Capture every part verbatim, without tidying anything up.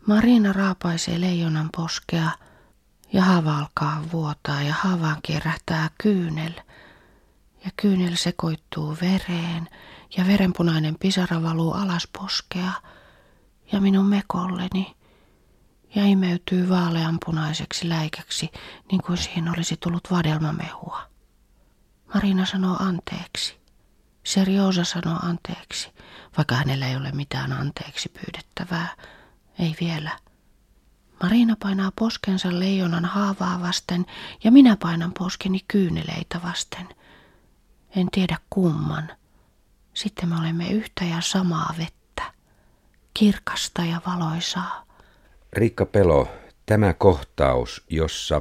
Marina raapaisee leijonan poskea ja haava alkaa vuotaa ja haavaan kierähtää kyynel. Ja kyynel sekoittuu vereen ja verenpunainen pisara valuu alas poskea ja minun mekolleni ja imeytyy vaaleanpunaiseksi läikäksi, niin kuin siihen olisi tullut vadelmamehua. Marina sanoo anteeksi. Seriosa sanoo anteeksi, vaikka hänellä ei ole mitään anteeksi pyydettävää. Ei vielä. Marina painaa poskensa leijonan haavaa vasten ja minä painan poskeni kyyneleitä vasten. En tiedä kumman. Sitten me olemme yhtä ja samaa vettä. Kirkasta ja valoisaa. Riikka Pelo, tämä kohtaus, jossa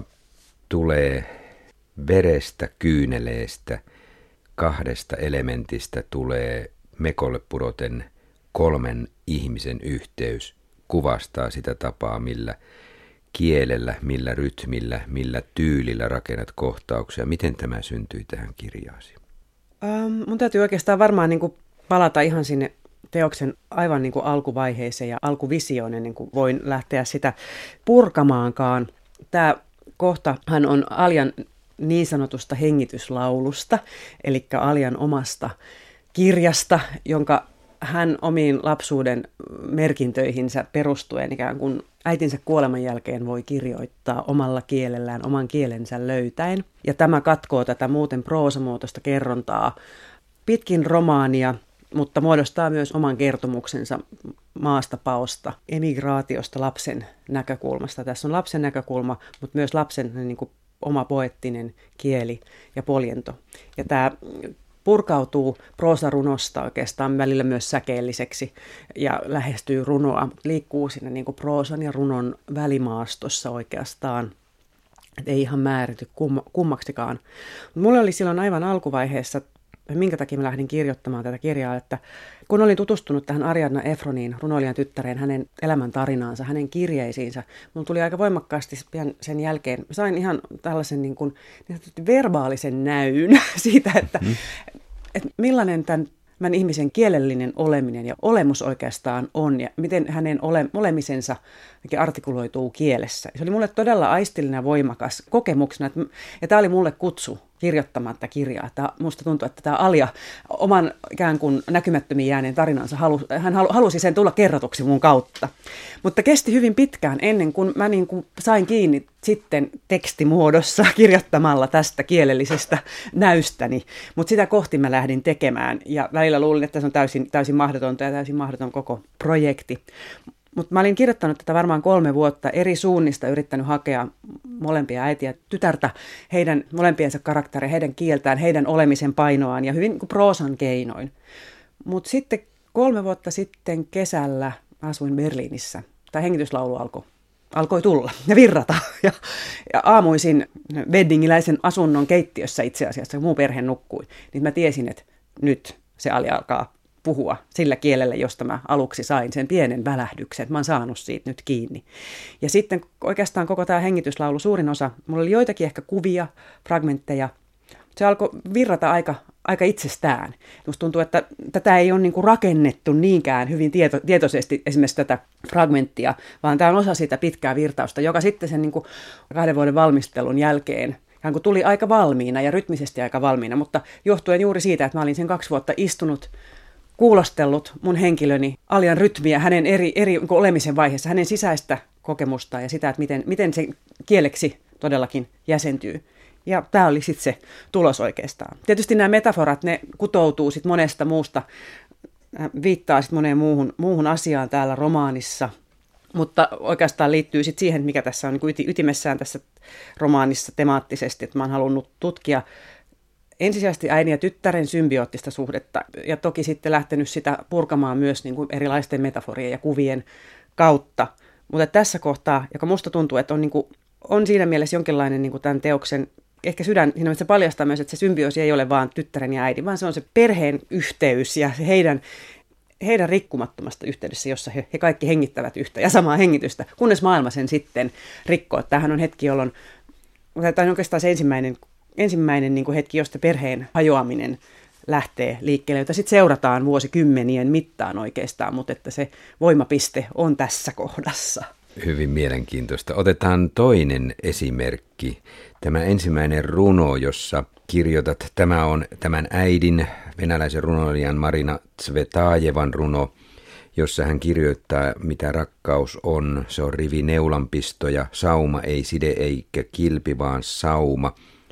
tulee verestä, kyyneleestä, kahdesta elementistä tulee mekolle pudoten kolmen ihmisen yhteys, kuvastaa sitä tapaa, millä kielellä, millä rytmillä, millä tyylillä rakennat kohtauksia. Miten tämä syntyi tähän kirjaasi? Ähm, mun täytyy oikeastaan varmaan niin kuin palata ihan sinne teoksen aivan niin kuin alkuvaiheeseen ja alkuvisioon, ennen kuin voin lähteä sitä purkamaankaan. Tämä kohtahan on Aljan niin sanotusta hengityslaulusta, eli Aljan omasta kirjasta, jonka hän omiin lapsuuden merkintöihinsä perustuen ikään kuin äitinsä kuoleman jälkeen voi kirjoittaa omalla kielellään, oman kielensä löytäen. Ja tämä katkoo tätä muuten proosamuotoista kerrontaa pitkin romaania, mutta muodostaa myös oman kertomuksensa maastapaosta, emigraatiosta lapsen näkökulmasta. Tässä on lapsen näkökulma, mutta myös lapsen niin kuin oma poettinen kieli ja poljento. Ja tämä purkautuu proosarunosta oikeastaan välillä myös säkeelliseksi ja lähestyy runoa, liikkuu siinä niin kuin proosan ja runon välimaastossa oikeastaan. Et ei ihan määrity kum, kummaksikaan. Mulle oli silloin aivan alkuvaiheessa, minkä takia mä lähdin kirjoittamaan tätä kirjaa, että kun olin tutustunut tähän Ariadna Efroniin, runoilijan tyttäreen, hänen elämäntarinaansa, hänen kirjeisiinsä, mulla tuli aika voimakkaasti pian sen jälkeen, sain ihan tällaisen niin kuin, niin verbaalisen näyn siitä, että, mm. että millainen tämän, tämän ihmisen kielellinen oleminen ja olemus oikeastaan on ja miten hänen ole, olemisensa artikuloituu kielessä. Se oli mulle todella aistillinen ja voimakas kokemuksena, että, ja tämä oli mulle kutsu kirjoittamaan tätä kirjaa. Tämä, musta tuntuu, että tämä Alja oman ikään kuin näkymättömiin jääneen tarinansa, halusi, hän halusi sen tulla kerrotuksi mun kautta. Mutta kesti hyvin pitkään ennen kuin mä niin kuin sain kiinni sitten tekstimuodossa kirjoittamalla tästä kielellisestä näystäni. Mutta sitä kohti mä lähdin tekemään ja välillä luulin, että se on täysin, täysin mahdotonta ja täysin mahdoton koko projekti. Mutta mä olin kirjoittanut tätä varmaan kolme vuotta eri suunnista, yrittänyt hakea molempia äitiä ja tytärtä, heidän molempiensa karaktereja, heidän kieltään, heidän olemisen painoaan ja hyvin niin proosan keinoin. Mutta sitten kolme vuotta sitten kesällä asuin Berliinissä. Tämä hengityslaulu alkoi, alkoi tulla ja virrata. Ja, ja aamuisin weddingiläisen asunnon keittiössä itse asiassa, kun muu perhe nukkui, niin mä tiesin, että nyt se Alja alkaa puhua sillä kielellä, josta mä aluksi sain sen pienen välähdyksen, että mä oon saanut siitä nyt kiinni. Ja sitten oikeastaan koko tämä hengityslaulu, suurin osa, mulla oli joitakin ehkä kuvia, fragmentteja, se alkoi virrata aika, aika itsestään. Musta tuntuu, että tätä ei ole niinku rakennettu niinkään hyvin tieto, tietoisesti esimerkiksi tätä fragmenttia, vaan tämä on osa sitä pitkää virtausta, joka sitten sen niinku kahden vuoden valmistelun jälkeen kun tuli aika valmiina ja rytmisesti aika valmiina, mutta johtuen juuri siitä, että mä olin sen kaksi vuotta istunut, kuulostellut mun henkilöni Aljan rytmiä, hänen eri, eri olemisen vaiheessa, hänen sisäistä kokemusta ja sitä, että miten, miten se kieleksi todellakin jäsentyy. Ja tämä oli sitten se tulos oikeastaan. Tietysti nämä metaforat, ne kutoutuu sitten monesta muusta, viittaa sitten moneen muuhun, muuhun asiaan täällä romaanissa, mutta oikeastaan liittyy sitten siihen, mikä tässä on niin kuin ytimessään tässä romaanissa temaattisesti, että mä oon halunnut tutkia ensisijaisesti äidin ja tyttären symbioottista suhdetta ja toki sitten lähtenyt sitä purkamaan myös niin kuin erilaisten metaforien ja kuvien kautta. Mutta tässä kohtaa, joka musta tuntuu, että on, niin kuin, on siinä mielessä jonkinlainen niin kuin tämän teoksen ehkä sydän, siinä se paljastaa myös, että se symbioosi ei ole vaan tyttären ja äidin, vaan se on se perheen yhteys ja heidän, heidän rikkumattomasta yhteydessä, jossa he, he kaikki hengittävät yhtä ja samaa hengitystä, kunnes maailma sen sitten rikkoo. Tämähän on hetki, jolloin, tämä on oikeastaan se ensimmäinen, ensimmäinen niin kuin hetki, josta perheen hajoaminen lähtee liikkeelle, jota sitten seurataan vuosikymmenien mittaan oikeastaan, mutta että se voimapiste on tässä kohdassa. Hyvin mielenkiintoista. Otetaan toinen esimerkki. Tämä ensimmäinen runo, jossa kirjoitat, tämä on tämän äidin, venäläisen runoilijan Marina Tsvetajevan runo, jossa hän kirjoittaa, mitä rakkaus on. Se on rivi neulanpistoja, sauma, ei side eikä kilpi, vaan sauma.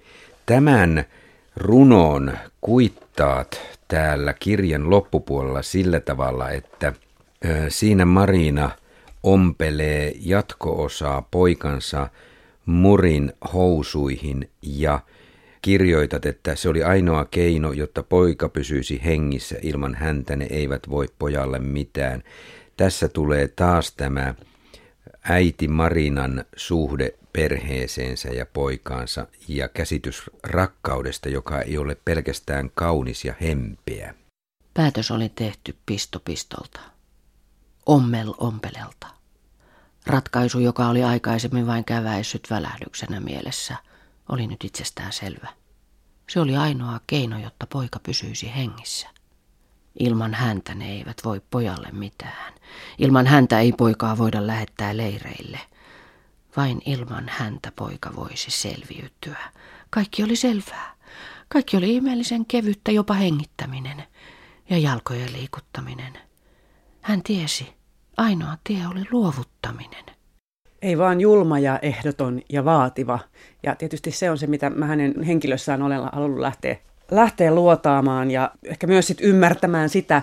Tämän runon kuittaat täällä kirjan loppupuolella sillä tavalla, että ö, siinä Marina ompelee jatko-osaa poikansa murin housuihin ja kirjoitat, että se oli ainoa keino, jotta poika pysyisi hengissä. Ilman häntä ne eivät voi pojalle mitään. Tässä tulee taas tämä äiti Marinan suhde perheeseensä ja poikaansa ja käsitys rakkaudesta, joka ei ole pelkästään kaunis ja hempeä. Päätös oli tehty pisto pistolta, ommel ompelelta. Ratkaisu, joka oli aikaisemmin vain käväissyt välähdyksenä mielessä, oli nyt itsestään selvä. Se oli ainoa keino, jotta poika pysyisi hengissä. Ilman häntä ne eivät voi pojalle mitään. Ilman häntä ei poikaa voida lähettää leireille. Vain ilman häntä poika voisi selviytyä. Kaikki oli selvää. Kaikki oli ihmeellisen kevyttä, jopa hengittäminen ja jalkojen liikuttaminen. Hän tiesi, ainoa tie oli luovuttaminen. Ei vaan julma ja ehdoton ja vaativa. Ja tietysti se on se, mitä mä hänen henkilössään olen halunnut lähteä, lähteä luotaamaan ja ehkä myös sit ymmärtämään sitä.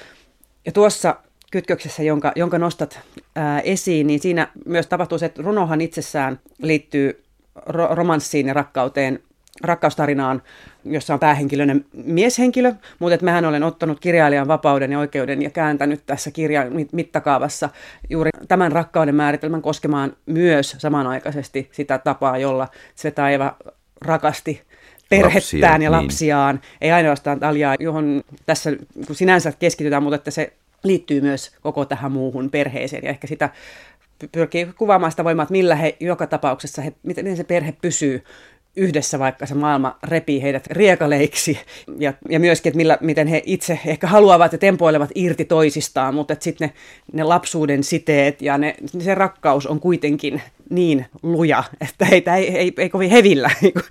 Ja tuossa kytköksessä, jonka, jonka nostat ää, esiin, niin siinä myös tapahtuu se, että runohan itsessään liittyy ro- romanssiin ja rakkauteen, rakkaustarinaan, jossa on päähenkilöinen mieshenkilö, mutta että mähän olen ottanut kirjailijan vapauden ja oikeuden ja kääntänyt tässä kirjan mittakaavassa juuri tämän rakkauden määritelmän koskemaan myös samanaikaisesti sitä tapaa, jolla Tsvetajeva rakasti perhettään Lapsia, ja lapsiaan. Niin. Ei ainoastaan Taljaa, johon tässä sinänsä keskitytään, mutta että se liittyy myös koko tähän muuhun perheeseen ja ehkä sitä pyrkii kuvaamaan sitä voimaa, että millä he joka tapauksessa, he, miten se perhe pysyy yhdessä, vaikka se maailma repii heidät riekaleiksi ja, ja myöskin, että millä, miten he itse ehkä haluavat ja tempoilevat irti toisistaan, mutta sitten ne, ne lapsuuden siteet ja ne, se rakkaus on kuitenkin niin luja, että heitä ei, ei, ei kovin hevillä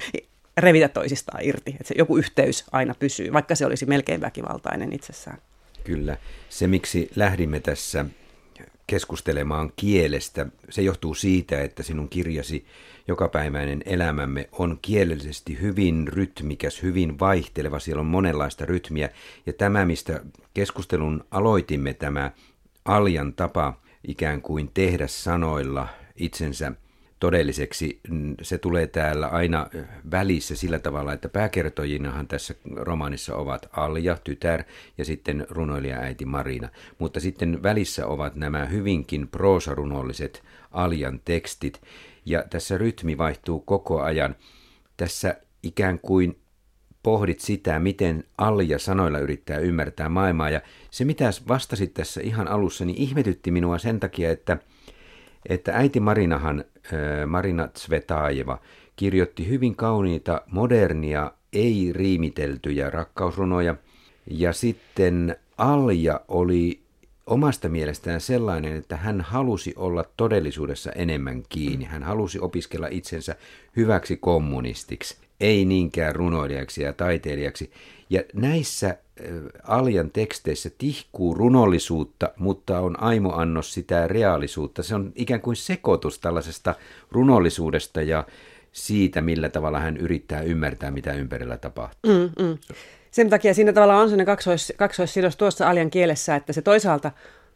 revitä toisistaan irti, että se joku yhteys aina pysyy, vaikka se olisi melkein väkivaltainen itsessään. Kyllä. Se, miksi lähdimme tässä keskustelemaan kielestä, se johtuu siitä, että sinun kirjasi Jokapäiväinen elämämme on kielellisesti hyvin rytmikäs, hyvin vaihteleva. Siellä on monenlaista rytmiä. Ja tämä, mistä keskustelun aloitimme, tämä Aljan tapa ikään kuin tehdä sanoilla itsensä todelliseksi, se tulee täällä aina välissä sillä tavalla, että pääkertojinahan tässä romaanissa ovat Alja, tytär, ja sitten runoilija äiti Marina. Mutta sitten välissä ovat nämä hyvinkin proosarunolliset Aljan tekstit, ja tässä rytmi vaihtuu koko ajan. Tässä ikään kuin pohdit sitä, miten Alja sanoilla yrittää ymmärtää maailmaa, ja se mitä vastasit tässä ihan alussa, niin ihmetytti minua sen takia, että että äiti Marinahan, Marina Tsvetajeva, kirjoitti hyvin kauniita, modernia, ei-riimiteltyjä rakkausrunoja. Ja sitten Alja oli omasta mielestään sellainen, että hän halusi olla todellisuudessa enemmän kiinni. Hän halusi opiskella itsensä hyväksi kommunistiksi, ei niinkään runoilijaksi ja taiteilijaksi. Ja näissä Aljan teksteissä tihkuu runollisuutta, mutta on aimoannos sitä reaalisuutta. Se on ikään kuin sekoitus tällaisesta runollisuudesta ja siitä, millä tavalla hän yrittää ymmärtää, mitä ympärillä tapahtuu. Mm, mm. Sen takia siinä tavallaan on sellainen kaksois, kaksoissidos tuossa Aljan kielessä, että se toisaalta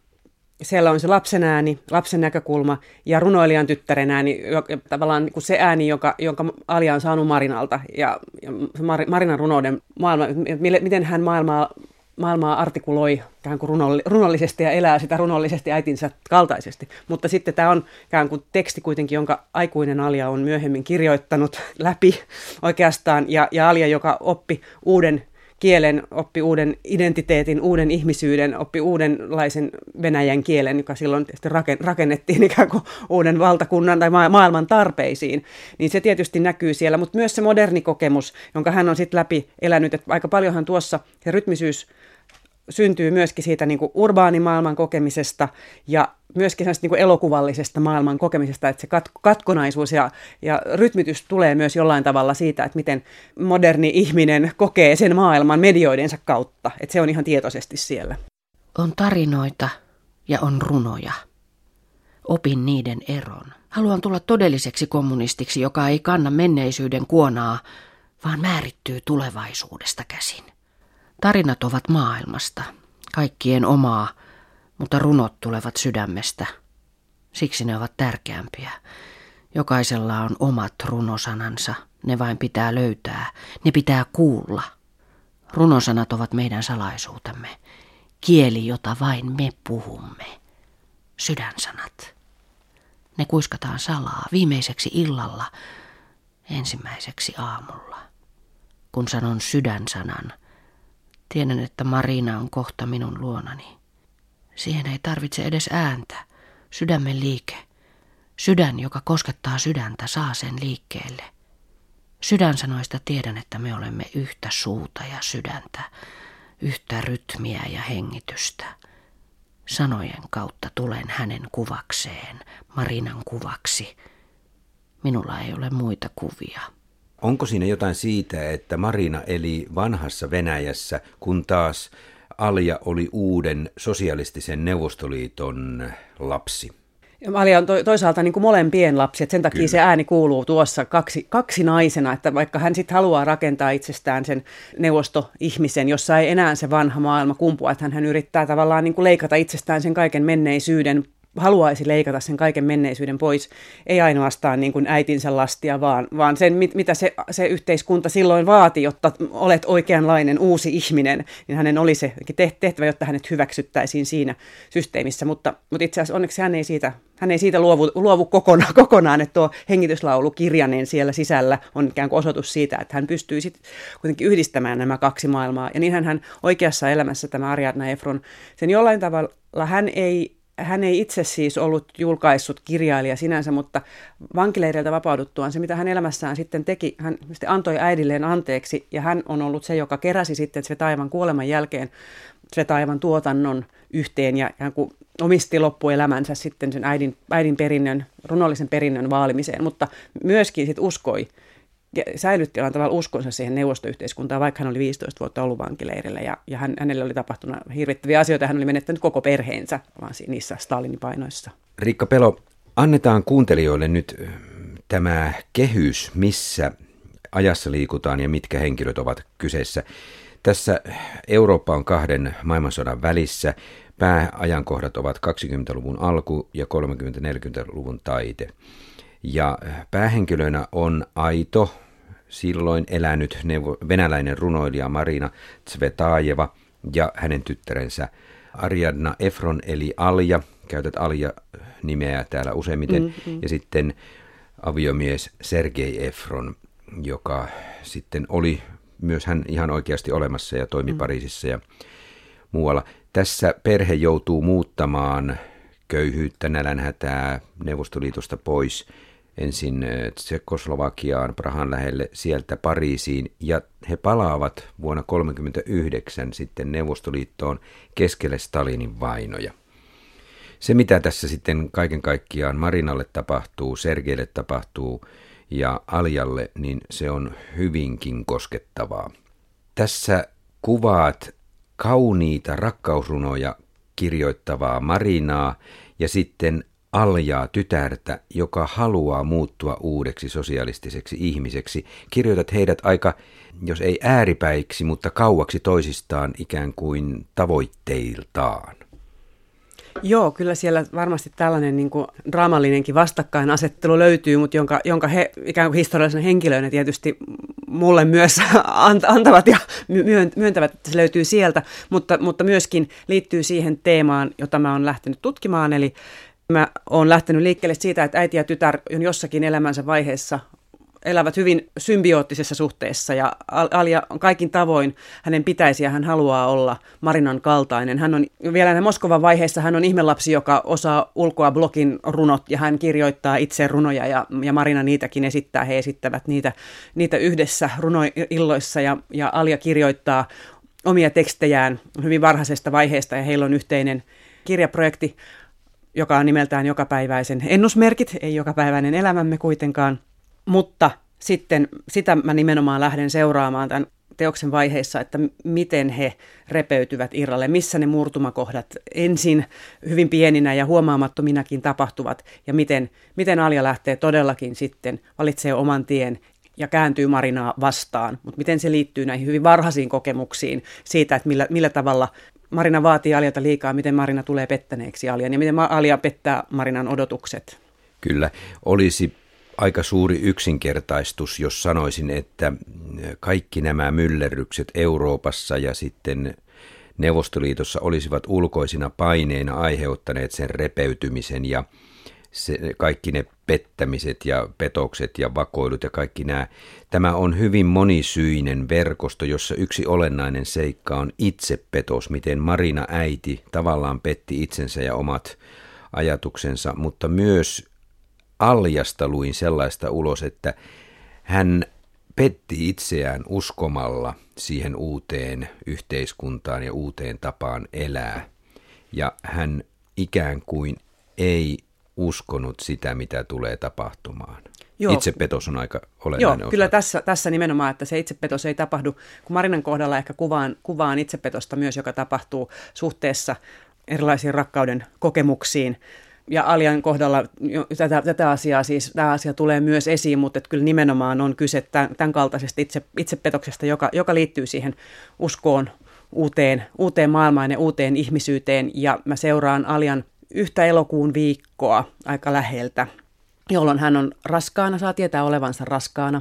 siellä on se lapsen ääni, lapsen näkökulma ja runoilijan tyttären ääni, joka, tavallaan niin kuin se ääni, joka, jonka Alja on saanut Marinalta ja, ja Marinan runouden maailma, miten hän maailmaa, maailmaa artikuloi ikään kuin runolli, runollisesti ja elää sitä runollisesti äitinsä kaltaisesti. Mutta sitten tämä on ikään kuin teksti kuitenkin, jonka aikuinen Alja on myöhemmin kirjoittanut läpi oikeastaan ja, ja Alja, joka oppi uuden kielen, oppi uuden identiteetin, uuden ihmisyyden, oppi uudenlaisen venäjän kielen, joka silloin rakennettiin ikään kuin uuden valtakunnan tai maailman tarpeisiin. Niin se tietysti näkyy siellä, mutta myös se moderni kokemus, jonka hän on sitten läpi elänyt, että aika paljonhan tuossa se rytmisyys syntyy myöskin siitä niin kuin urbaanimaailman kokemisesta ja myöskin sellaista niin kuin elokuvallisesta maailman kokemisesta, että se kat- katkonaisuus ja, ja rytmitys tulee myös jollain tavalla siitä, että miten moderni ihminen kokee sen maailman medioidensa kautta, että se on ihan tietoisesti siellä. On tarinoita ja on runoja. Opin niiden eron. Haluan tulla todelliseksi kommunistiksi, joka ei kanna menneisyyden kuonaa, vaan määrittyy tulevaisuudesta käsin. Tarinat ovat maailmasta, kaikkien omaa, mutta runot tulevat sydämestä. Siksi ne ovat tärkeämpiä. Jokaisella on omat runosanansa, ne vain pitää löytää, ne pitää kuulla. Runosanat ovat meidän salaisuutemme, kieli, jota vain me puhumme. Sydänsanat. Ne kuiskataan salaa viimeiseksi illalla, ensimmäiseksi aamulla. Kun sanon sydänsanan, tiedän, että Marina on kohta minun luonani. Siihen ei tarvitse edes ääntä. Sydämen liike. Sydän, joka koskettaa sydäntä, saa sen liikkeelle. Sydänsanoista tiedän, että me olemme yhtä suuta ja sydäntä, yhtä rytmiä ja hengitystä. Sanojen kautta tulen hänen kuvakseen, Marinan kuvaksi. Minulla ei ole muita kuvia. Onko siinä jotain siitä, että Marina eli vanhassa Venäjässä, kun taas Alja oli uuden sosialistisen Neuvostoliiton lapsi? Alja on to, toisaalta niin kuin molempien lapsi, että sen takia Kyllä. se ääni kuuluu tuossa kaksi, kaksi naisena, että vaikka hän sitten haluaa rakentaa itsestään sen neuvostoihmisen, jossa ei enää se vanha maailma kumpua, että hän, hän yrittää tavallaan niin kuin leikata itsestään sen kaiken menneisyyden, haluaisi leikata sen kaiken menneisyyden pois, ei ainoastaan niin kuin äitinsä lastia, vaan, vaan sen, mitä se, se yhteiskunta silloin vaati, jotta olet oikeanlainen uusi ihminen, niin hänen oli se tehtävä, jotta hänet hyväksyttäisiin siinä systeemissä, mutta, mutta itse asiassa onneksi hän ei siitä, hän ei siitä luovu, luovu kokonaan, kokonaan, että tuo hengityslaulu kirjanen siellä sisällä on ikään kuin osoitus siitä, että hän pystyy sitten kuitenkin yhdistämään nämä kaksi maailmaa, ja niinhän hän oikeassa elämässä tämä Ariadna Efron, sen jollain tavalla hän ei Hän ei itse siis ollut julkaissut kirjailija sinänsä, mutta vankileiriltä vapauduttuaan se, mitä hän elämässään sitten teki, hän sitten antoi äidilleen anteeksi, ja hän on ollut se, joka keräsi sitten Tsvetaivan kuoleman jälkeen Tsvetaivan tuotannon yhteen, ja hän omisti loppuelämänsä sitten sen äidin, äidin perinnön, runollisen perinnön vaalimiseen, mutta myöskin sitten uskoi, säilytti jollain tavalla uskonsa siihen neuvostoyhteiskuntaan, vaikka hän oli viisitoista vuotta ollut vankileirillä, ja, ja hän, hänelle oli tapahtunut hirvittäviä asioita, hän oli menettänyt koko perheensä vaan niissä Stalinin painoissa. Riikka Pelo, annetaan kuuntelijoille nyt tämä kehys, missä ajassa liikutaan ja mitkä henkilöt ovat kyseessä. Tässä Eurooppa on kahden maailmansodan välissä. Pääajankohdat ovat kaksikymmentäluvun alku ja kolmekymmentä-neljäkymmentäluvun taite. Ja päähenkilönä on aito, silloin elänyt neuvo- venäläinen runoilija Marina Tsvetajeva ja hänen tyttärensä Ariadna Efron eli Alja, käytät Alja-nimeä täällä useimmiten, mm-hmm. ja sitten aviomies Sergei Efron, joka sitten oli myös hän ihan oikeasti olemassa ja toimi mm. Pariisissa ja muualla. Tässä perhe joutuu muuttamaan köyhyyttä, nälänhätää Neuvostoliitosta pois ensin Tsekkoslovakiaan, Prahan lähelle, sieltä Pariisiin, ja he palaavat vuonna tuhatyhdeksänsataakolmekymmentäyhdeksän sitten Neuvostoliittoon keskelle Stalinin vainoja. Se, mitä tässä sitten kaiken kaikkiaan Marinalle tapahtuu, Sergeille tapahtuu ja Aljalle, niin se on hyvinkin koskettavaa. Tässä kuvaat kauniita rakkausrunoja kirjoittavaa Marinaa ja sitten Aljaa, tytärtä, joka haluaa muuttua uudeksi sosialistiseksi ihmiseksi. Kirjoitat heidät aika, jos ei ääripäiksi, mutta kauaksi toisistaan ikään kuin tavoitteiltaan. Joo, kyllä siellä varmasti tällainen niin kuin draamallinenkin vastakkainasettelu löytyy, mutta jonka, jonka he ikään kuin historiallisena henkilöinä tietysti mulle myös antavat ja myöntävät, että se löytyy sieltä, mutta, mutta myöskin liittyy siihen teemaan, jota mä oon lähtenyt tutkimaan, eli mä oon lähtenyt liikkeelle siitä, että äiti ja tytär on jossakin elämänsä vaiheessa elävät hyvin symbioottisessa suhteessa ja Alja on kaikin tavoin, hänen pitäisi ja hän haluaa olla Marinan kaltainen. Hän on vielä Moskovan vaiheessa, hän on ihmelapsi, joka osaa ulkoa blogin runot ja hän kirjoittaa itse runoja ja, ja Marina niitäkin esittää. He esittävät niitä, niitä yhdessä runoilloissa ja, ja Alja kirjoittaa omia tekstejään hyvin varhaisesta vaiheesta ja heillä on yhteinen kirjaprojekti, joka on nimeltään Jokapäiväisen ennusmerkit, ei jokapäiväinen elämämme kuitenkaan, mutta sitten sitä mä nimenomaan lähden seuraamaan tämän teoksen vaiheissa, että miten he repeytyvät irralle, missä ne murtumakohdat ensin hyvin pieninä ja huomaamattominakin tapahtuvat ja miten, miten Alja lähtee todellakin sitten, valitsee oman tien ja kääntyy Marinaa vastaan, mutta miten se liittyy näihin hyvin varhaisiin kokemuksiin siitä, että millä, millä tavalla Marina vaatii Aljalta liikaa, miten Marina tulee pettäneeksi Aljan ja miten Alja pettää Marinan odotukset. Kyllä, olisi aika suuri yksinkertaistus, jos sanoisin, että kaikki nämä myllerrykset Euroopassa ja sitten Neuvostoliitossa olisivat ulkoisina paineina aiheuttaneet sen repeytymisen ja se, kaikki ne pettämiset ja petokset ja vakoilut ja kaikki nämä. Tämä on hyvin monisyinen verkosto, jossa yksi olennainen seikka on itsepetos, miten Marina äiti tavallaan petti itsensä ja omat ajatuksensa, mutta myös Aljasta luin sellaista ulos, että hän petti itseään uskomalla siihen uuteen yhteiskuntaan ja uuteen tapaan elää. Ja hän ikään kuin ei uskonut sitä, mitä tulee tapahtumaan. Joo. Itsepetos on aika olennainen Joo, osa. kyllä tässä, tässä nimenomaan, että se itsepetos ei tapahdu, kun Marinan kohdalla ehkä kuvaan, kuvaan itsepetosta myös, joka tapahtuu suhteessa erilaisiin rakkauden kokemuksiin. Ja Aljan kohdalla tätä, tätä asiaa siis, tämä asia tulee myös esiin, mutta kyllä nimenomaan on kyse tämän, tämän kaltaisesta itse, itsepetoksesta, joka, joka liittyy siihen uskoon, uuteen, uuteen maailmaan ja uuteen ihmisyyteen. Ja mä seuraan Aljan yhtä elokuun viikkoa aika läheltä, jolloin hän on raskaana, saa tietää olevansa raskaana.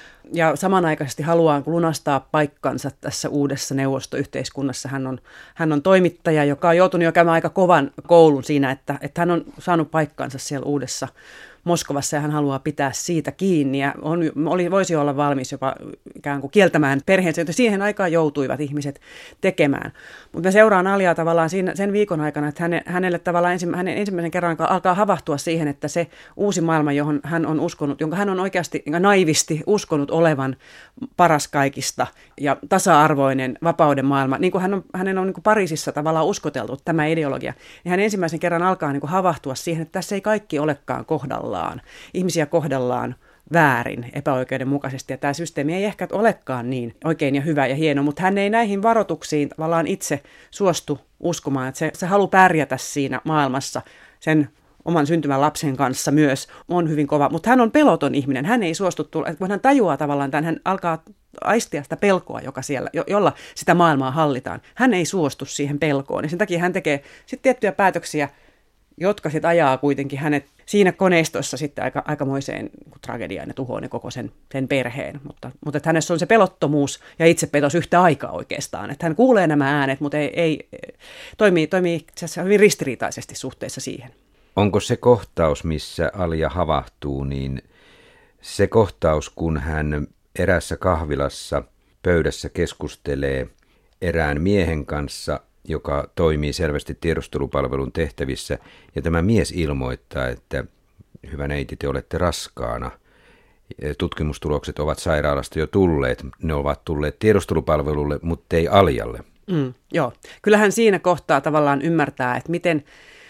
Ja samanaikaisesti haluaa lunastaa paikkansa tässä uudessa neuvostoyhteiskunnassa. Hän on, hän on toimittaja, joka on joutunut jo käymään aika kovan koulun siinä, että, että hän on saanut paikkansa siellä uudessa Moskovassa ja hän haluaa pitää siitä kiinni ja on, oli, voisi olla valmis jopa ikään kuin kieltämään perheensä, joten siihen aikaan joutuivat ihmiset tekemään. Mutta mä seuraan Aljaa tavallaan siinä, sen viikon aikana, että häne, hänelle tavallaan ensi, hänen ensimmäisen kerran alkaa havahtua siihen, että se uusi maailma, johon hän on uskonut, jonka hän on oikeasti naivisti uskonut olevan paras kaikista ja tasa-arvoinen vapauden maailma, niin kuin hän on, hänen on niin kuin Pariisissa tavallaan uskoteltu tämä ideologia, niin hän ensimmäisen kerran alkaa niin kuin havahtua siihen, että tässä ei kaikki olekaan kohdalla. Ihmisiä kohdellaan väärin, epäoikeudenmukaisesti, ja tämä systeemi ei ehkä olekaan niin oikein ja hyvä ja hieno, mutta hän ei näihin varoituksiin tavallaan itse suostu uskomaan, että se, se halu pärjätä siinä maailmassa sen oman syntymän lapsen kanssa myös on hyvin kova, mutta hän on peloton ihminen, hän ei suostu tulla, kun hän tajuaa tavallaan tämän, hän alkaa aistia sitä pelkoa, joka siellä, jo, jolla sitä maailmaa hallitaan, hän ei suostu siihen pelkoon, ja sen takia hän tekee sitten tiettyjä päätöksiä, jotka sitten ajaa kuitenkin hänet siinä koneistossa sitten aika, aikamoiseen tragediaan ja tuhoon ja koko sen, sen perheen. Mutta, mutta että hänessä on se pelottomuus ja itsepetos yhtä aikaa oikeastaan. Että hän kuulee nämä äänet, mutta ei, ei toimii, toimii hyvin ristiriitaisesti suhteessa siihen. Onko se kohtaus, missä Alja havahtuu, niin se kohtaus, kun hän erässä kahvilassa pöydässä keskustelee erään miehen kanssa, joka toimii selvästi tiedustelupalvelun tehtävissä, ja tämä mies ilmoittaa, että hyvä neiti, te olette raskaana. Tutkimustulokset ovat sairaalasta jo tulleet, ne ovat tulleet tiedustelupalvelulle, mutta ei Aljalle. Mm, joo, kyllähän siinä kohtaa tavallaan ymmärtää, että miten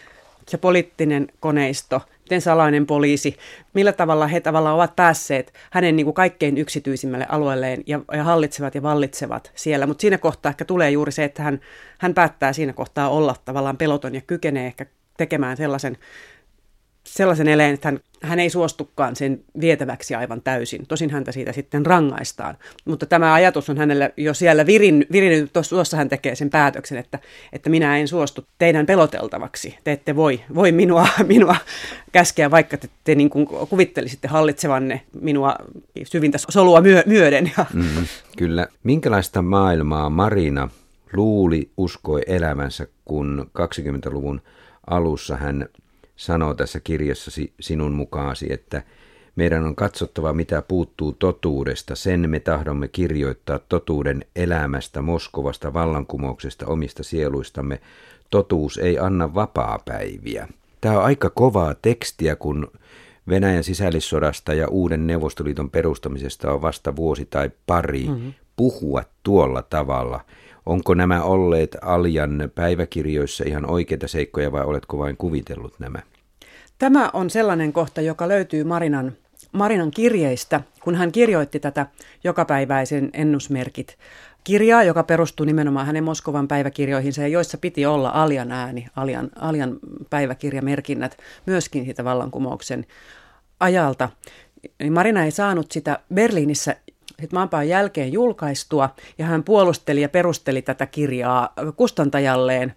se poliittinen koneisto, miten salainen poliisi, millä tavalla he tavallaan ovat päässeet hänen niin kuin kaikkein yksityisimmälle alueelleen ja, ja hallitsevat ja vallitsevat siellä. Mutta siinä kohtaa ehkä tulee juuri se, että hän, hän päättää siinä kohtaa olla tavallaan peloton ja kykenee ehkä tekemään sellaisen, sellaisen eleen, että hän, hän ei suostukaan sen vietäväksi aivan täysin. Tosin häntä siitä sitten rangaistaan. Mutta tämä ajatus on hänelle jo siellä virin, virin tuossa hän tekee sen päätöksen, että, että minä en suostu teidän peloteltavaksi. Te ette voi, voi minua, minua käskeä, vaikka te, te niin kuin kuvittelisitte hallitsevanne minua syvintä solua myö, myöden. Mm, kyllä. Minkälaista maailmaa Marina luuli, uskoi elämänsä, kun kaksikymmentäluvun alussa hän sanoo tässä kirjassasi sinun mukaasi, että Meidän on katsottava, mitä puuttuu totuudesta. Sen me tahdomme kirjoittaa totuuden elämästä, Moskovasta, vallankumouksesta, omista sieluistamme. Totuus ei anna vapaapäiviä. Tämä on aika kovaa tekstiä, kun Venäjän sisällissodasta ja uuden Neuvostoliiton perustamisesta on vasta vuosi tai pari. Mm-hmm. Puhua tuolla tavalla. Onko nämä olleet Aljan päiväkirjoissa ihan oikeita seikkoja vai oletko vain kuvitellut nämä? Tämä on sellainen kohta, joka löytyy Marinan, Marinan kirjeistä, kun hän kirjoitti tätä jokapäiväisen ennusmerkit kirjaa, joka perustuu nimenomaan hänen Moskovan päiväkirjoihinsa ja joissa piti olla Aljan ääni, Aljan, Aljan päiväkirjamerkinnät myöskin siitä vallankumouksen ajalta. Marina ei saanut sitä Berliinissä sitten maanpaon jälkeen julkaistua ja hän puolusteli ja perusteli tätä kirjaa kustantajalleen,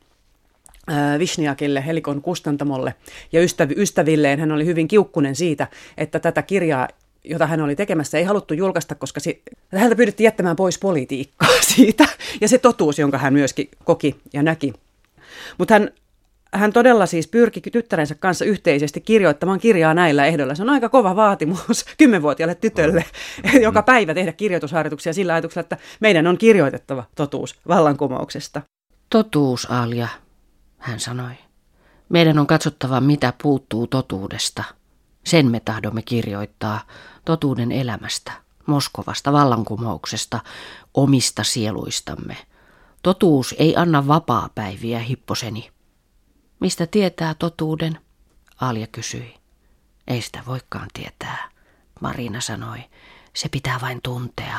Vishniakille, Helikon kustantamolle ja ystäv- ystävilleen. Hän oli hyvin kiukkunen siitä, että tätä kirjaa, jota hän oli tekemässä, ei haluttu julkaista, koska si- häntä pyydettiin jättämään pois politiikkaa siitä ja se totuus, jonka hän myöskin koki ja näki. Mutta hän, hän todella siis pyrki tyttärensä kanssa yhteisesti kirjoittamaan kirjaa näillä ehdoilla. Se on aika kova vaatimus kymmenvuotiaalle tytölle joka päivä tehdä kirjoitusharjoituksia sillä ajatuksella, että meidän on kirjoitettava totuus vallankumouksesta. Totuus, Alja, hän sanoi. Meidän on katsottava, mitä puuttuu totuudesta. Sen me tahdomme kirjoittaa totuuden elämästä, Moskovasta, vallankumouksesta, omista sieluistamme. Totuus ei anna vapaapäiviä, hipposeni. Mistä tietää totuuden? Alja kysyi. Ei sitä voikaan tietää, Marina sanoi. Se pitää vain tuntea.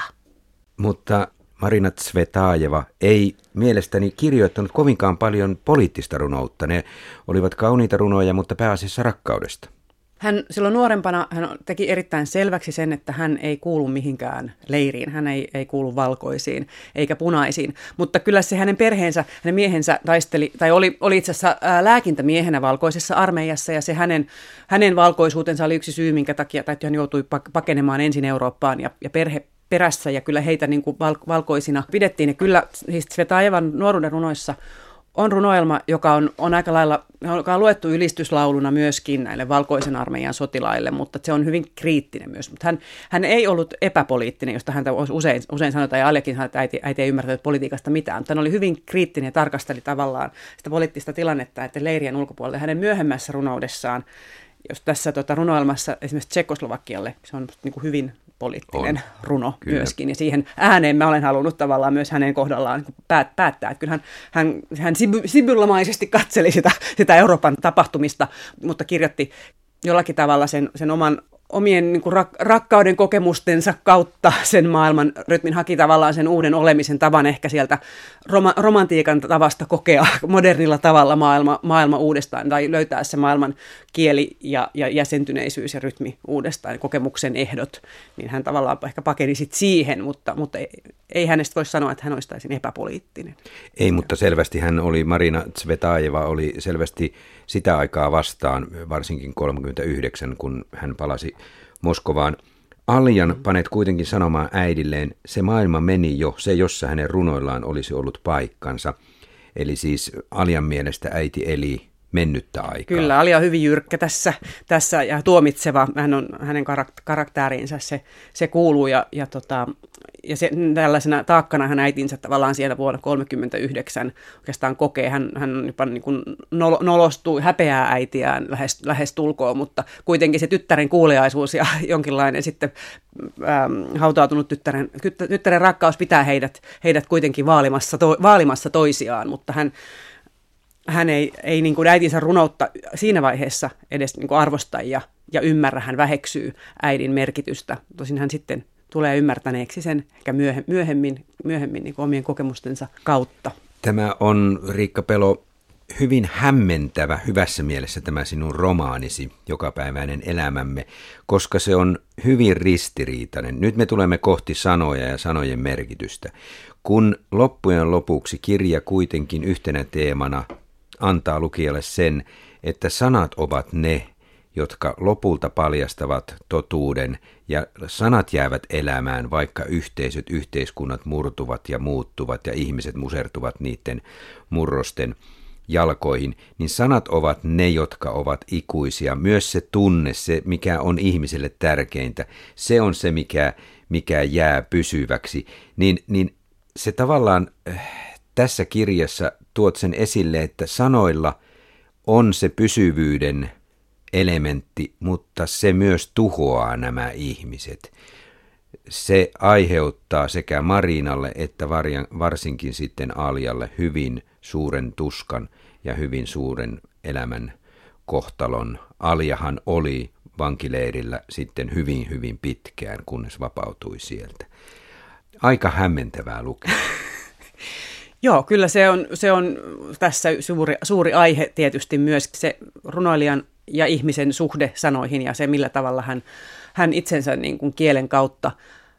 Mutta Marina Tsvetajeva ei mielestäni kirjoittanut kovinkaan paljon poliittista runoutta. Ne olivat kauniita runoja, mutta pääasiassa rakkaudesta. Hän silloin nuorempana hän teki erittäin selväksi sen, että hän ei kuulu mihinkään leiriin. Hän ei, ei kuulu valkoisiin eikä punaisiin. Mutta kyllä se hänen perheensä, hänen miehensä taisteli, tai oli, oli itse asiassa lääkintämiehenä valkoisessa armeijassa. Ja se hänen, hänen valkoisuutensa oli yksi syy, minkä takia tai hän joutui pakenemaan ensin Eurooppaan ja, ja perhe perässä. Ja kyllä heitä niin kuin val, valkoisina pidettiin. Ja kyllä siis Tsvetajevan nuoruuden runoissa on runoelma, joka on, on aika lailla, joka on luettu ylistyslauluna myöskin näille valkoisen armeijan sotilaille, mutta se on hyvin kriittinen myös. Mutta hän, hän ei ollut epäpoliittinen, josta häntä usein, usein sanotaan, ja Aljakin sanoi, että äiti, äiti ei ymmärtänyt politiikasta mitään, mutta hän oli hyvin kriittinen ja tarkasteli tavallaan sitä poliittista tilannetta, että leirien ulkopuolelle hänen myöhemmässä runoudessaan, jos tässä tota, runoelmassa esimerkiksi Tsekkoslovakialle, se on niin kuin hyvin poliittinen on. runo Kyllä. myöskin, ja siihen ääneen mä olen halunnut tavallaan myös hänen kohdallaan päät, päättää, että kyllähän hän, hän sibyllamaisesti katseli sitä, sitä Euroopan tapahtumista, mutta kirjoitti jollakin tavalla sen, sen oman omien niin kuin rak, rakkauden kokemustensa kautta sen maailman rytmin, haki tavallaan sen uuden olemisen tavan ehkä sieltä roma, romantiikan tavasta kokea modernilla tavalla maailma, maailma uudestaan tai löytää se maailman kieli ja, ja jäsentyneisyys ja rytmi uudestaan, kokemuksen ehdot, niin hän tavallaan ehkä pakeni sit siihen, mutta, mutta ei, ei hänestä voi sanoa, että hän olisi täysin epäpoliittinen. Ei, mutta selvästi hän oli, Marina Tsvetajeva oli selvästi sitä aikaa vastaan, varsinkin kolmekymmentäyhdeksän, kun hän palasi Moskovaan. Aljan panet kuitenkin sanomaan äidilleen, se maailma meni jo, se jossa hänen runoillaan olisi ollut paikkansa. Eli siis Aljan mielestä äiti eli mennyttä aikaa. Kyllä, Alja on hyvin jyrkkä tässä, tässä ja tuomitseva. Hän on, hänen karaktääriinsä se, se kuuluu ja, ja, tota, ja se, tällaisena taakkana hän äitinsä tavallaan siellä vuonna kolmekymmentäyhdeksän oikeastaan kokee. Hän, hän jopa niin kuin nolostuu, häpeää äitiään lähes, lähes tulkoon, mutta kuitenkin se tyttären kuuliaisuus ja jonkinlainen sitten ähm, hautautunut tyttären, tyttären rakkaus pitää heidät, heidät kuitenkin vaalimassa, to, vaalimassa toisiaan, mutta hän Hän ei, ei niin kuin äitinsä runoutta siinä vaiheessa edes niin kuin arvosta ja, ja ymmärrä, hän väheksyy äidin merkitystä. Tosin hän sitten tulee ymmärtäneeksi sen ehkä myöhemmin, myöhemmin niin kuin omien kokemustensa kautta. Tämä on, Riikka Pelo, hyvin hämmentävä hyvässä mielessä tämä sinun romaanisi, Jokapäiväinen elämämme, koska se on hyvin ristiriitainen. Nyt me tulemme kohti sanoja ja sanojen merkitystä. Kun loppujen lopuksi kirja kuitenkin yhtenä teemana antaa lukijalle sen, että sanat ovat ne, jotka lopulta paljastavat totuuden ja sanat jäävät elämään, vaikka yhteisöt, yhteiskunnat murtuvat ja muuttuvat ja ihmiset musertuvat niiden murrosten jalkoihin, niin sanat ovat ne, jotka ovat ikuisia. Myös se tunne, se mikä on ihmiselle tärkeintä, se on se, mikä, mikä jää pysyväksi. Niin, niin se tavallaan äh, tässä kirjassa tuot sen esille, että sanoilla on se pysyvyyden elementti, mutta se myös tuhoaa nämä ihmiset. Se aiheuttaa sekä Marinalle että varsinkin sitten Aljalle hyvin suuren tuskan ja hyvin suuren elämän kohtalon. Aljahan oli vankileirillä sitten hyvin hyvin pitkään, kunnes vapautui sieltä. Aika hämmentävää lukea. Joo, kyllä se on, se on tässä suuri, suuri aihe tietysti myös se runoilijan ja ihmisen suhde sanoihin ja se, millä tavalla hän, hän itsensä niin kuin kielen kautta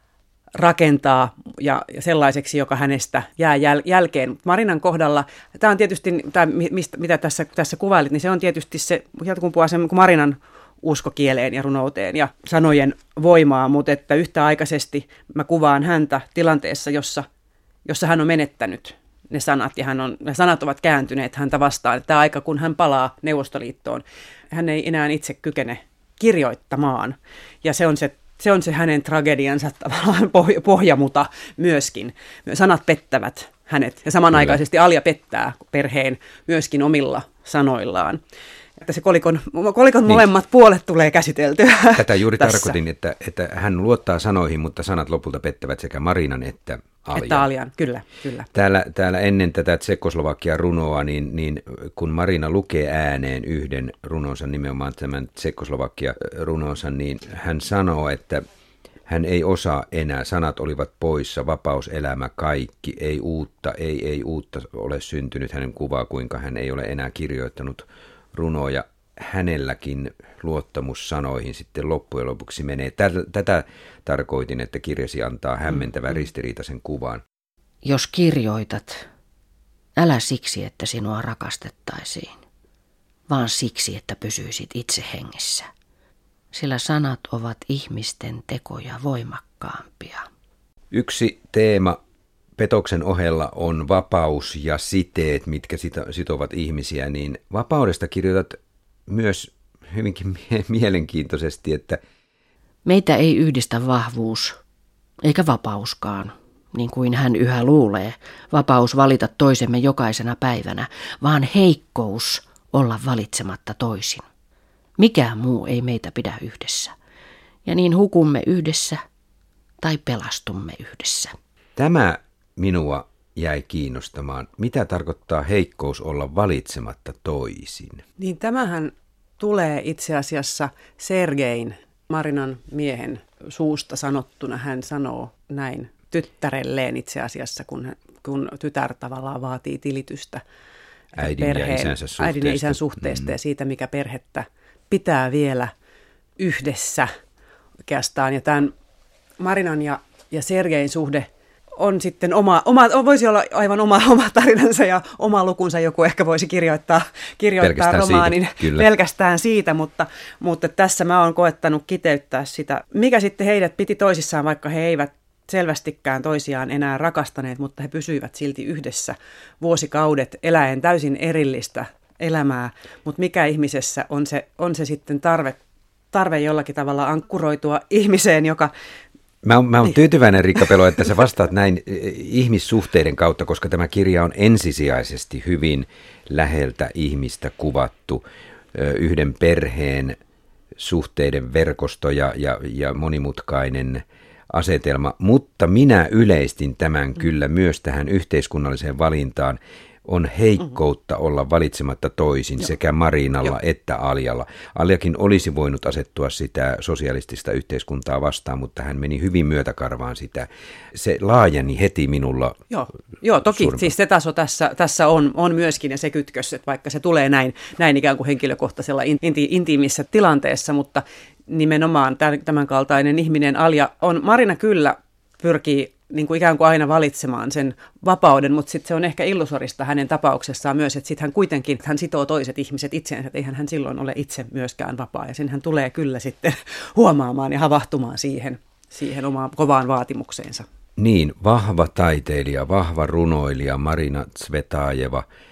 rakentaa ja, ja sellaiseksi, joka hänestä jää jäl, jälkeen. Marinan kohdalla, tämä on tietysti, tämä, mistä, mitä tässä, tässä kuvailit, niin se on tietysti se, jatkumpua se Marinan usko kieleen ja runouteen ja sanojen voimaa, mutta että yhtäaikaisesti mä kuvaan häntä tilanteessa, jossa, jossa hän on menettänyt ne sanat ja hän on, ne sanat ovat kääntyneet häntä vastaan. Tämä aika, kun hän palaa Neuvostoliittoon, hän ei enää itse kykene kirjoittamaan ja se on se, se, on se hänen tragediansa tavallaan pohjamuta myöskin. Sanat pettävät hänet ja samanaikaisesti Alja pettää perheen myöskin omilla sanoillaan. Että se kolikon, kolikon niin. Molemmat puolet tulee käsiteltyä. Tätä juuri tässä. Tarkoitin, että, että hän luottaa sanoihin, mutta sanat lopulta pettävät sekä Marinan että Aljan. Että Aljan, kyllä, kyllä. Täällä, täällä ennen tätä Tsekkoslovakian runoa, niin, niin kun Marina lukee ääneen yhden runonsa, nimenomaan tämän Tsekkoslovakian runonsa, niin hän sanoo, että hän ei osaa enää, sanat olivat poissa, vapaus, elämä, kaikki, ei uutta, ei, ei uutta ole syntynyt. Hänen kuvaa, kuinka hän ei ole enää kirjoittanut runoja. Hänelläkin luottamus sanoihin sitten loppujen lopuksi menee. Tätä tarkoitin, että kirjasi antaa hämmentävän ristiriitaisen kuvan. Jos kirjoitat, älä siksi, että sinua rakastettaisiin, vaan siksi, että pysyisit itse hengissä. Sillä sanat ovat ihmisten tekoja voimakkaampia. Yksi teema petoksen ohella on vapaus ja siteet, mitkä sitovat ihmisiä, niin vapaudesta kirjoitat myös hyvinkin mielenkiintoisesti, että meitä ei yhdistä vahvuus, eikä vapauskaan, niin kuin hän yhä luulee, vapaus valita toisemme jokaisena päivänä, vaan heikkous olla valitsematta toisin. Mikään muu ei meitä pidä yhdessä, ja niin hukumme yhdessä tai pelastumme yhdessä. Tämä minua jäi kiinnostamaan. Mitä tarkoittaa heikkous olla valitsematta toisin? Niin tämähän tulee itse asiassa Sergein, Marinan miehen suusta sanottuna. Hän sanoo näin tyttärelleen itse asiassa, kun, kun tytär tavallaan vaatii tilitystä äidin perheen, ja isänsä suhteesta. Äidin ja isän suhteesta mm. ja siitä, mikä perhettä pitää vielä yhdessä oikeastaan. Ja tämän Marinan ja, ja Sergein suhde on sitten oma, oma, voisi olla aivan oma, oma tarinansa ja oma lukunsa, joku ehkä voisi kirjoittaa, kirjoittaa pelkästään romaanin siitä, pelkästään siitä, mutta, mutta tässä mä oon koettanut kiteyttää sitä, mikä sitten heidät piti toisissaan, vaikka he eivät selvästikään toisiaan enää rakastaneet, mutta he pysyivät silti yhdessä vuosikaudet eläen täysin erillistä elämää, mutta mikä ihmisessä on se, on se sitten tarve, tarve jollakin tavalla ankkuroitua ihmiseen, joka Mä oon, mä oon tyytyväinen, Riikka Pelo, että sä vastaat näin ihmissuhteiden kautta, koska tämä kirja on ensisijaisesti hyvin läheltä ihmistä kuvattu. Yhden perheen suhteiden verkosto ja, ja, ja monimutkainen asetelma, mutta minä yleistin tämän kyllä myös tähän yhteiskunnalliseen valintaan. On heikkoutta olla valitsematta toisin. Joo. Sekä Marinalla Joo. että Aljalla. Aljakin olisi voinut asettua sitä sosialistista yhteiskuntaa vastaan, mutta hän meni hyvin myötäkarvaan sitä. Se laajeni heti minulla. Joo, Joo toki surma. Siis se taso tässä, tässä on, on myöskin ja se kytkös, että vaikka se tulee näin, näin ikään kuin henkilökohtaisella inti, intiimissä tilanteessa, mutta nimenomaan tämän kaltainen ihminen Alja on, Marina kyllä pyrkii niin kuin ikään kuin aina valitsemaan sen vapauden, mutta sitten se on ehkä illusorista hänen tapauksessaan myös, että sitten hän kuitenkin hän sitoo toiset ihmiset itseensä, että eihän hän silloin ole itse myöskään vapaa, ja sen hän tulee kyllä sitten huomaamaan ja havahtumaan siihen, siihen omaan kovaan vaatimukseensa. Niin, vahva taiteilija, vahva runoilija Marina Tsvetajeva,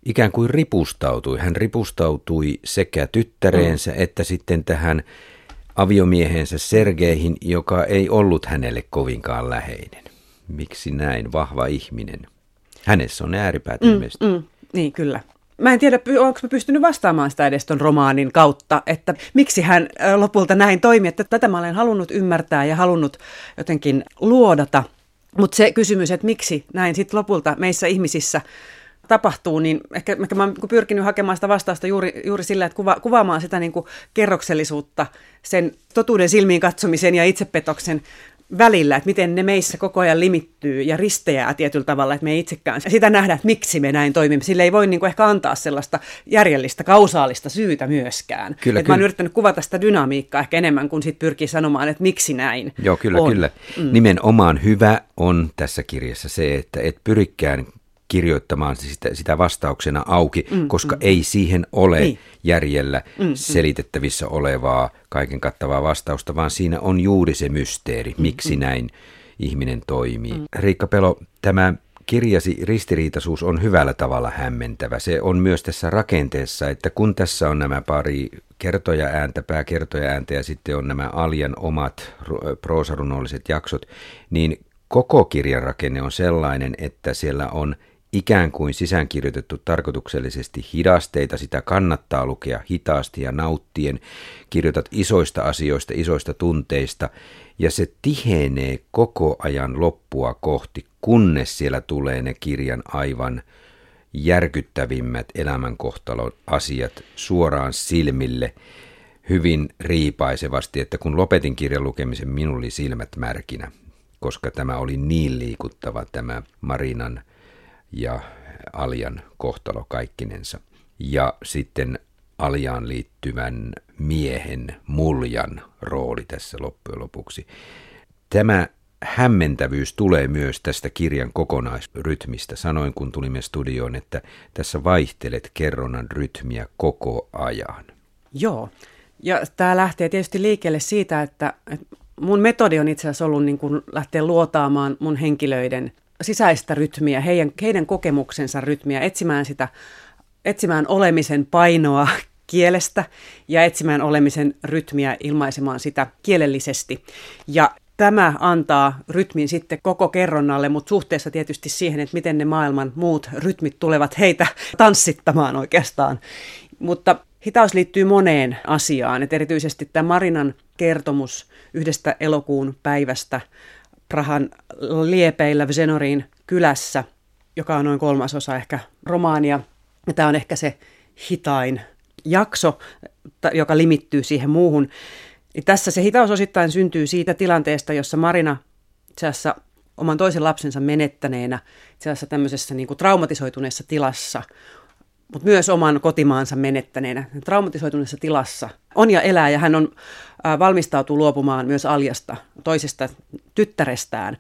ikään kuin ripustautui. Hän ripustautui sekä tyttäreensä mm. että sitten tähän aviomiehensä Sergeihin, joka ei ollut hänelle kovinkaan läheinen. Miksi näin? Vahva ihminen. Hänessä on ääripäät mm, ilmeisesti. Mm, niin, kyllä. Mä en tiedä, onko mä pystynyt vastaamaan sitä edes ton romaanin kautta, että miksi hän lopulta näin toimi. Että tätä mä olen halunnut ymmärtää ja halunnut jotenkin luodata. Mutta se kysymys, että miksi näin sitten lopulta meissä ihmisissä tapahtuu, niin ehkä, ehkä mä oon pyrkinyt hakemaan sitä vastausta juuri, juuri sillä, että kuva, kuvaamaan sitä niin kuin kerroksellisuutta, sen totuuden silmiin katsomisen ja itsepetoksen välillä, että miten ne meissä koko ajan limittyy ja risteää tietyllä tavalla, että me ei itsekään sitä nähdä, että miksi me näin toimimme. Sillä ei voi niin kuin ehkä antaa sellaista järjellistä, kausaalista syytä myöskään. Kyllä, että kyllä. Mä oon yrittänyt kuvata sitä dynamiikkaa ehkä enemmän kuin sit pyrkii sanomaan, että miksi näin. Joo, kyllä, on. kyllä. Mm. Nimenomaan hyvä on tässä kirjassa se, että et pyrikään kirjoittamaan sitä, sitä vastauksena auki, mm, koska mm. ei siihen ole niin. järjellä mm, selitettävissä olevaa kaiken kattavaa vastausta, vaan siinä on juuri se mysteeri, mm, miksi mm. näin ihminen toimii. Mm. Riikka Pelo, tämä kirjasi ristiriitaisuus on hyvällä tavalla hämmentävä. Se on myös tässä rakenteessa, että kun tässä on nämä pari kertoja ääntä, pääkertoja ääntä ja sitten on nämä Aljan omat proosarunolliset jaksot, niin koko kirjan rakenne on sellainen, että siellä on ikään kuin sisäänkirjoitettu tarkoituksellisesti hidasteita, sitä kannattaa lukea hitaasti ja nauttien. Kirjoitat isoista asioista, isoista tunteista ja se tihenee koko ajan loppua kohti, kunnes siellä tulee ne kirjan aivan järkyttävimmät elämänkohtalon asiat suoraan silmille hyvin riipaisevasti, että kun lopetin kirjan lukemisen, minulla oli silmät märkinä, koska tämä oli niin liikuttava tämä Marinan ja Aljan kohtalo kaikkinensa. Ja sitten Aljaan liittyvän miehen, Muljan rooli tässä loppujen lopuksi. Tämä hämmentävyys tulee myös tästä kirjan kokonaisrytmistä. Sanoin, kun tulimme studioon, että tässä vaihtelet kerronnan rytmiä koko ajan. Joo, ja tämä lähtee tietysti liikkeelle siitä, että mun metodi on itse asiassa ollut niin kuin lähteä luotaamaan mun henkilöiden sisäistä rytmiä, heidän, heidän kokemuksensa rytmiä, etsimään sitä, etsimään olemisen painoa kielestä ja etsimään olemisen rytmiä, ilmaisemaan sitä kielellisesti. Ja tämä antaa rytmin sitten koko kerronnalle, mutta suhteessa tietysti siihen, että miten ne maailman muut rytmit tulevat heitä tanssittamaan oikeastaan. Mutta hitaus liittyy moneen asiaan, että erityisesti tämä Marinan kertomus yhdestä elokuun päivästä Prahan liepeillä Vzenorin kylässä, joka on noin kolmasosa ehkä romaania. Ja tämä on ehkä se hitain jakso, joka limittyy siihen muuhun. Ja tässä se hitaus osittain syntyy siitä tilanteesta, jossa Marina itse asiassa oman toisen lapsensa menettäneenä, itse asiassa tämmöisessä niin kuin traumatisoituneessa tilassa, mutta myös oman kotimaansa menettäneenä, traumatisoituneessa tilassa on ja elää, ja hän on äh, valmistautuu luopumaan myös Aljasta, toisesta tyttärestään.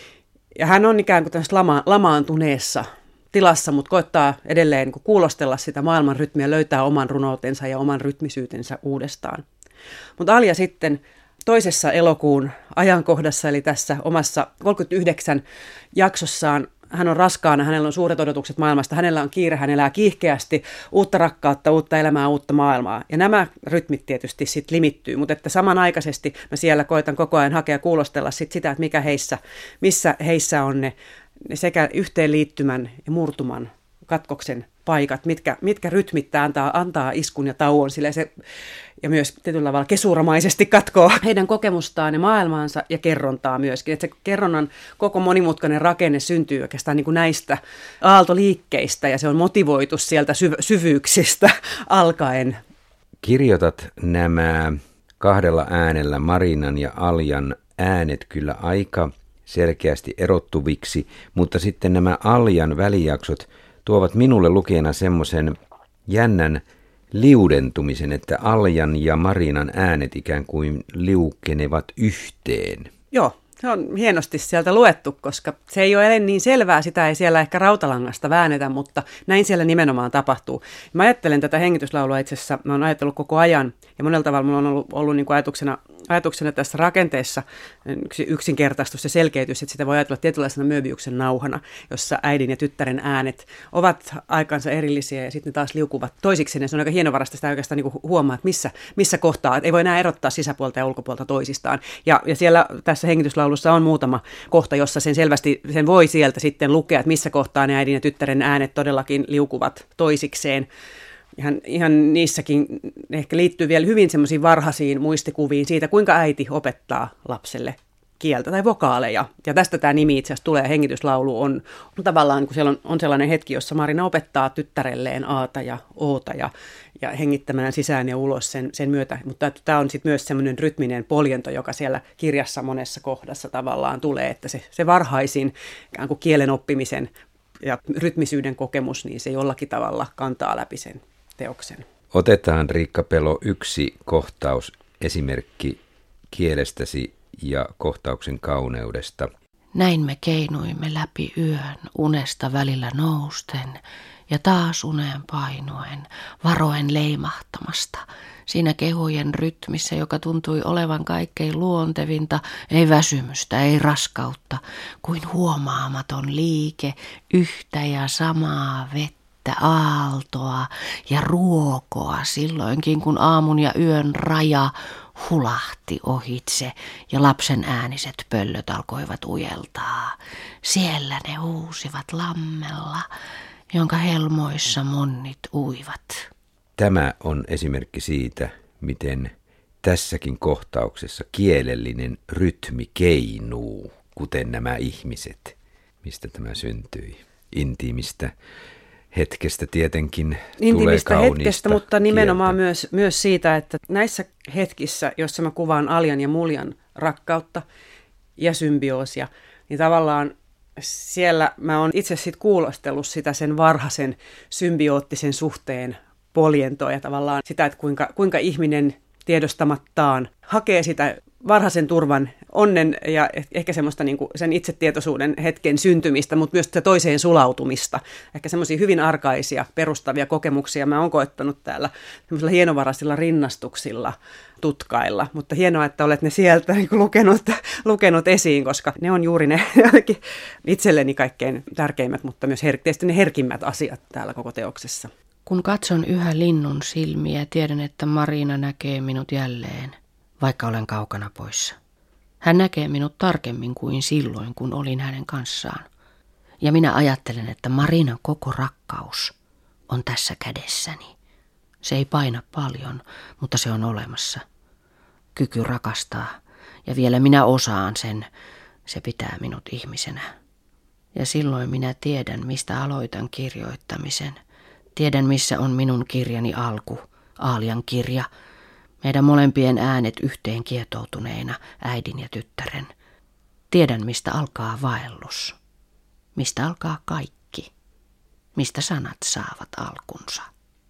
Ja hän on ikään kuin tämmöisessä lama, lamaantuneessa tilassa, mutta koettaa edelleen niin kuulostella sitä maailman rytmiä, löytää oman runoutensa ja oman rytmisyytensä uudestaan. Mutta Alja sitten toisessa elokuun ajankohdassa, eli tässä omassa kolmekymmentäyhdeksän jaksossaan, hän on raskaana, hänellä on suuret odotukset maailmasta, hänellä on kiire, hän elää kiihkeästi, uutta rakkautta, uutta elämää, uutta maailmaa. Ja nämä rytmit tietysti sitten limittyy, mutta että samanaikaisesti mä siellä koitan koko ajan hakea kuulostella sit sitä, että mikä heissä, missä heissä on ne, ne sekä yhteenliittymän ja murtuman katkoksen paikat, mitkä, mitkä rytmit antaa, antaa iskun ja tauon, sillä se, ja myös tietyllä tavalla kesuramaisesti katkoo heidän kokemustaan ja maailmaansa ja kerrontaa myöskin. Että se kerronnan koko monimutkainen rakenne syntyy oikeastaan niin kuin näistä aaltoliikkeistä, ja se on motivoitu sieltä syv- syvyyksistä alkaen. Kirjoitat nämä kahdella äänellä, Marinan ja Aljan äänet, kyllä aika selkeästi erottuviksi, mutta sitten nämä Aljan välijaksot tuovat minulle lukijana semmoisen jännän liudentumisen, että Aljan ja Marinan äänet ikään kuin liukenevat yhteen. Joo, se on hienosti sieltä luettu, koska se ei ole niin selvää, sitä ei siellä ehkä rautalangasta väännetä, mutta näin siellä nimenomaan tapahtuu. Mä ajattelen tätä hengityslaulua itse asiassa, mä oon ajatellut koko ajan, ja monella tavalla mulla on ollut, ollut niin kuin ajatuksena ajatuksena tässä rakenteessa yksi yksinkertaistus ja selkeytys, että sitä voi ajatella tietynlaisena Möbiuksen nauhana, jossa äidin ja tyttären äänet ovat aikansa erillisiä ja sitten ne taas liukuvat toisiksi. Ja se on aika hienovaraista sitä oikeastaan niin huomaa, että missä, missä kohtaa, että ei voi enää erottaa sisäpuolta ja ulkopuolta toisistaan. Ja, ja siellä tässä hengityslaulussa on muutama kohta, jossa sen selvästi sen voi sieltä sitten lukea, että missä kohtaa ne äidin ja tyttären äänet todellakin liukuvat toisikseen. Ihan, ihan niissäkin ehkä liittyy vielä hyvin semmoisiin varhaisiin muistikuviin siitä, kuinka äiti opettaa lapselle kieltä tai vokaaleja. Ja tästä tämä nimi itse asiassa tulee. Hengityslaulu on, on tavallaan, kun siellä on, on sellainen hetki, jossa Marina opettaa tyttärelleen aata ja oota ja, ja hengittämään sisään ja ulos sen, sen myötä. Mutta tämä on sitten myös semmoinen rytminen poljento, joka siellä kirjassa monessa kohdassa tavallaan tulee, että se, se varhaisin ikään kuin kielen oppimisen ja rytmisyyden kokemus, niin se jollakin tavalla kantaa läpi sen teoksen. Otetaan, Riikka Pelo, yksi kohtaus, esimerkki kielestäsi ja kohtauksen kauneudesta. Näin me keinuimme läpi yön, unesta välillä nousten ja taas uneen painuen, varoen leimahtamasta. Siinä kehojen rytmissä, joka tuntui olevan kaikkein luontevinta, ei väsymystä, ei raskautta, kuin huomaamaton liike, yhtä ja samaa vettä, aaltoa ja ruokoa silloinkin, kun aamun ja yön raja hulahti ohitse ja lapsen ääniset pöllöt alkoivat ujeltaa. Siellä ne huusivat lammella, jonka helmoissa monnit uivat. Tämä on esimerkki siitä, miten tässäkin kohtauksessa kielellinen rytmi keinuu, kuten nämä ihmiset. Mistä tämä syntyi? Intiimistä hetkestä tietenkin Intiimistä tulee kaunista hetkestä, mutta nimenomaan kieltä. myös, myös siitä, että näissä hetkissä, joissa mä kuvaan Aljan ja Muljan rakkautta ja symbioosia, niin tavallaan siellä mä oon itse sitten kuulostellut sitä sen varhaisen symbioottisen suhteen poljentoa ja tavallaan sitä, että kuinka, kuinka ihminen tiedostamattaan hakee sitä varhaisen turvan, onnen ja ehkä semmoista niin kuin sen itsetietoisuuden hetken syntymistä, mutta myös sitä toiseen sulautumista. Ehkä semmoisia hyvin arkaisia, perustavia kokemuksia mä oon koettanut täällä semmoisilla hienovaraisilla rinnastuksilla tutkailla, mutta hienoa, että olet ne sieltä niin kuin lukenut, lukenut esiin, koska ne on juuri ne itselleni kaikkein tärkeimmät, mutta myös her- tietysti ne herkimmät asiat täällä koko teoksessa. Kun katson yhä linnun silmiä, tiedän, että Marina näkee minut jälleen, vaikka olen kaukana poissa. Hän näkee minut tarkemmin kuin silloin, kun olin hänen kanssaan. Ja minä ajattelen, että Marinan koko rakkaus on tässä kädessäni. Se ei paina paljon, mutta se on olemassa. Kyky rakastaa, ja vielä minä osaan sen, se pitää minut ihmisenä. Ja silloin minä tiedän, mistä aloitan kirjoittamisen. Tiedän, missä on minun kirjani alku, Aalian kirja, meidän molempien äänet yhteen kietoutuneina, äidin ja tyttären. Tiedän, mistä alkaa vaellus, mistä alkaa kaikki, mistä sanat saavat alkunsa.